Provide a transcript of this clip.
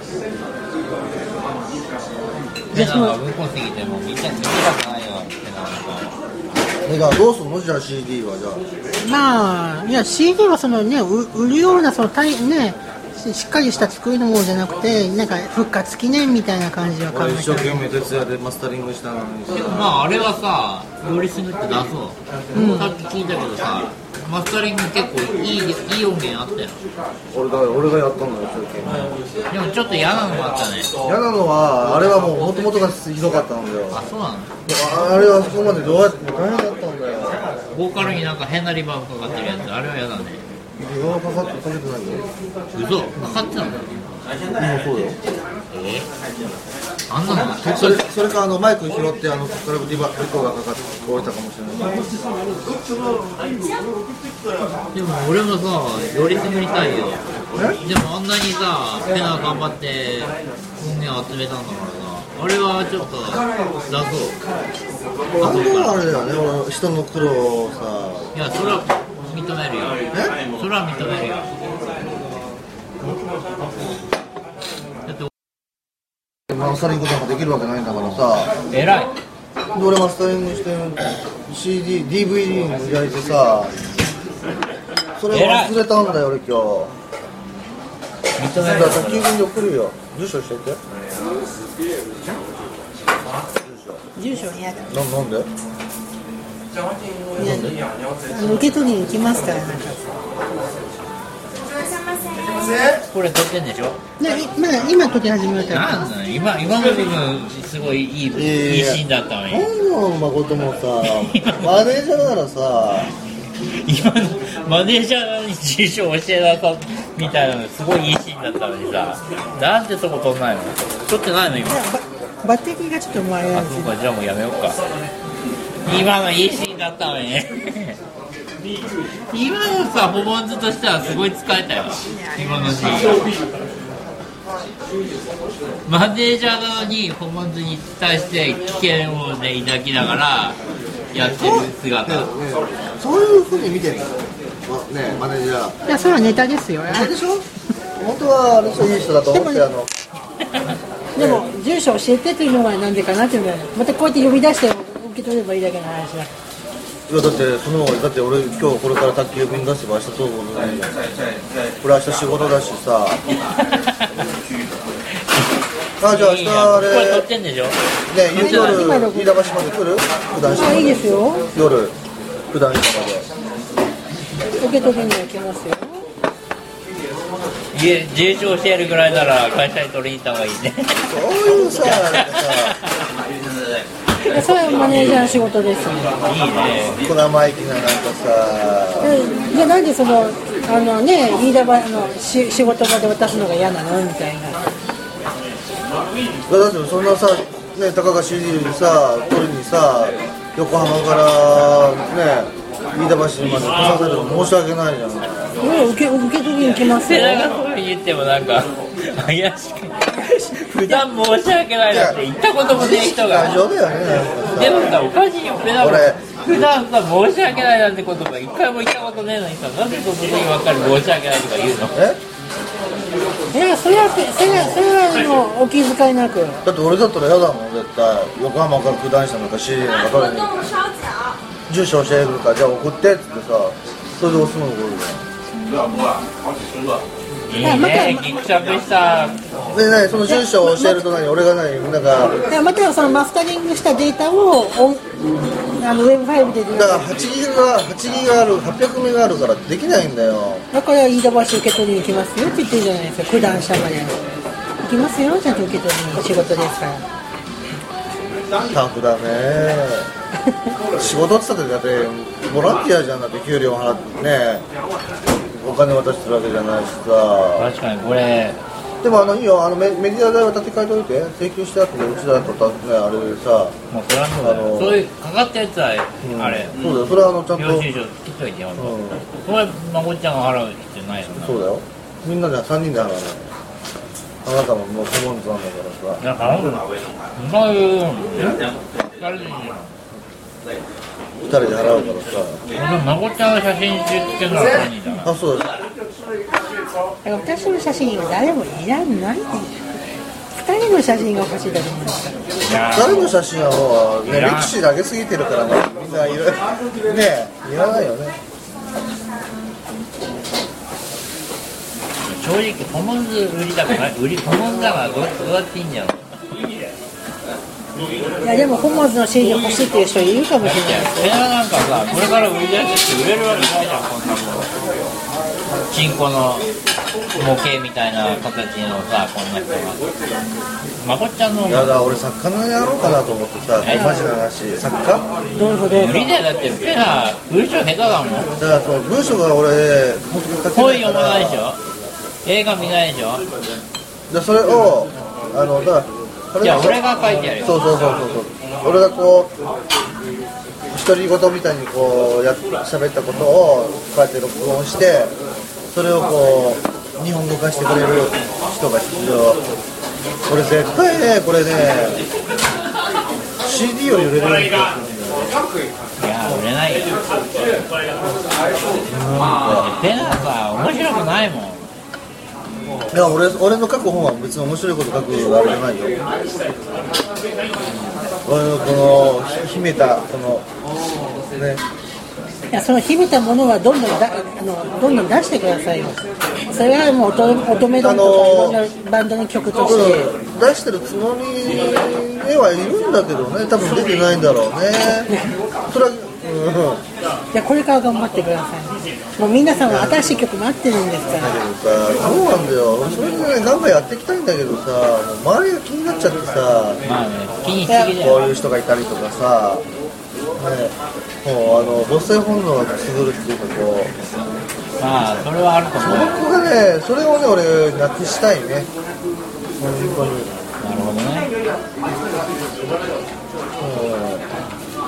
でなんかうんこすぎても見たくないよってなんかどうすんのじゃあ CD はじゃあ。 まあいや CD はそのね売るようなそのねしっかりした作りのものじゃなくてなんか復活記念みたいな感じは考えて一生懸命徹夜でマスタリングしたのに。 でもまああれはさ料理するって出そう、さっき聞いたけどさマスタリング結構いい音源あったよ。 俺がやったのよ一生懸命。 でもちょっと嫌なのもあったね。 嫌なのはあれはもう元々がひどかったんだよ。 あ、そうなの。 あれはそこまでどうやって大変だったんだよ。 ボーカルになんか変なリバーブかかってるやつ、あれは嫌だね。 今かかってないよ。 嘘、かかってたの。 今そうよ。 あんなのそれかマイク拾ってそこからリコーがかかって壊れたかもしれない。 でも俺もさ料理してみたいよ。でもあんなにさペナ頑張って音源集めたんだからさ、あれはちょっとあれはあれだね、人の苦労をさ。 いやそれは認めるよ。それは認めるよ。だってマスタリングなんかできるわけないんだからさ。 偉い。 で俺マスタリングして CD、DVD に焼いてさ、それ忘れたんだよ俺今日。 認めるよ。 宅急便で送るよ。住所教えて。 住所嫌だ。 なんで？ 受け取りに行きますから。 これ撮ってんでしょ。 まだ今撮り始めたら。 なんだ今の部分すごいいいシーンだったのに。 本能誠もさ、マネージャーならさ、 今のマネージャーに住所教えなさみたいなのすごいいいシーンだったのにさ、なんでそこ撮んないの？撮ってないの今。 バッテリーがちょっと回らない。 あ、そうか、じゃあもうやめようか。今のいいシーンだったのに今のさ、ホモンズとしてはすごい使えたよ。今のシーンマネージャーなのにホモンズに対して危険をね抱きながらやってる姿、 そういう風に見てるのね、マネージャー。 いや、それはネタですよ。 でしょ。本当はあれいい人だと思ってでも住所教えてというのがなんでかなっていうのはまたこうやって呼び出して受け取ればいいだけの話だ。 いやだって俺今日これから宅急便出せば明日そうことないじゃん。これ明日仕事だしさ。あ、じゃあ明日あれこれ撮ってんでしょ。ね、 夜飯田橋まで来る？普段いいですよ。 夜普段市まで。 受け取りには来ますよ。 住所教えるぐらいなら会社に取りに行った方がいいね。 そういうさ、 それはマネージャーの仕事ですね。 いいね。 小生意気ななんかさ。 じゃあなんでそのね、飯田橋の仕事場で渡すのが嫌なのみたいな。 だってそんなさ、ね、たかが CD にさ、取りにさ、横浜からね、飯田橋にまで来させるの申し訳ないじゃん。 受け取りに来ますよ。 背中そう言ってもなんか怪しく普段申し訳ないなって言ったこともねえ人が。 大丈夫だよね。 でもさ、おかしいよ。普段さ、申し訳ないなんて言葉一回も言ったことねえのにさ、なんでその時ばっかり申し訳ないとか言うの？ いや、それはお気遣いなく。 だって俺だったら嫌だもん絶対。横浜から九段下なんか CD なんか取りに住所教えるからじゃあ送ってっつってさ、それで押すの送るじゃん。 いいね、ギクシャクしたでその住所を教えると俺がなんかまたそのマスタリングしたデータをウェブファイルでだから8ギガある800メガあるからできないんだよ。 だから飯田橋受け取りに行きますよって言ってるじゃないですか。九段下まで行きますよ、ちゃんと受け取りに仕事ですから。 タフだね仕事って言ったってだってボランティアじゃん。だって給料払ってね、お金渡してるわけじゃないしさ。 確かにこれでもいいよ、メディア代は立て替えといて請求してあってうちだとね、あれでさ、 まあそれはそうだよ。そういうかかったやつは、あれそうだよ、それはちゃんと領収書切っといてよ、それまこっちゃんが払う必要ないよな。 そうだよ、みんなで3人で払うの。あなたももう顧問さんだからさ。 いや、払うの 2人で払うからさ。 俺まこっちゃんの写真集つけるのは3人だから。 あ、そうです。 私の写真は誰もいらないでしょ。 誰の写真が欲しいだと思いますか？ 誰の写真はもう、ね、歴史だけすぎてるからね、みんないろいろね、いらないよね。 正直コモンズ売りだからコモンズだからどうやっていいんだろう。 いやでもコモンズの CD 欲しいっていう人いるかもしれないですよ。 ペナなんかさ、これから売り出して売れるわけないじゃん、こんなもん。チンコの模型みたいな形のさ、こんな人が。まこっちゃんの。 いやだ、俺作家のやろうかなと思ってさ、マジな話、作家どうぞどうぞ。 無理だよ、だってペナ文章下手だもん。 だからその文章が俺、 本読まないでしょ、映画見ないでしょ。 でそれを、だからじゃあ俺が書いてやるよ。 そう俺がこう独り言みたいにこう喋ったことをこうやって録音してそれをこう日本語化してくれる人が必要。俺絶対ねこれね CD より売れるんだよ。 いや売れないよ。ペナさ面白くないもん。 いや俺の書く本は別に面白いこと書くあれじゃないよ。俺のこの秘めたこのね。 いやその秘めたものはどんどん出してくださいよ。それはもう乙女丼とかいろんなバンドの曲として出してるつもりではいるんだけどね、多分出てないんだろうね。それは、 いやこれから頑張ってください。もう皆さんは新しい曲待ってるんですから。 だけどさ、そうなんだよ。それでね、なんかやっていきたいんだけどさ、もう周りが気になっちゃってさ、 まあね、気にしすぎだよ。 こういう人がいたりとかさ、ね、もう母性本能がくすぐるっていうかこう、 まあそれはあると思う。 それをね、俺なくしたいね。本当に。 なるほどね。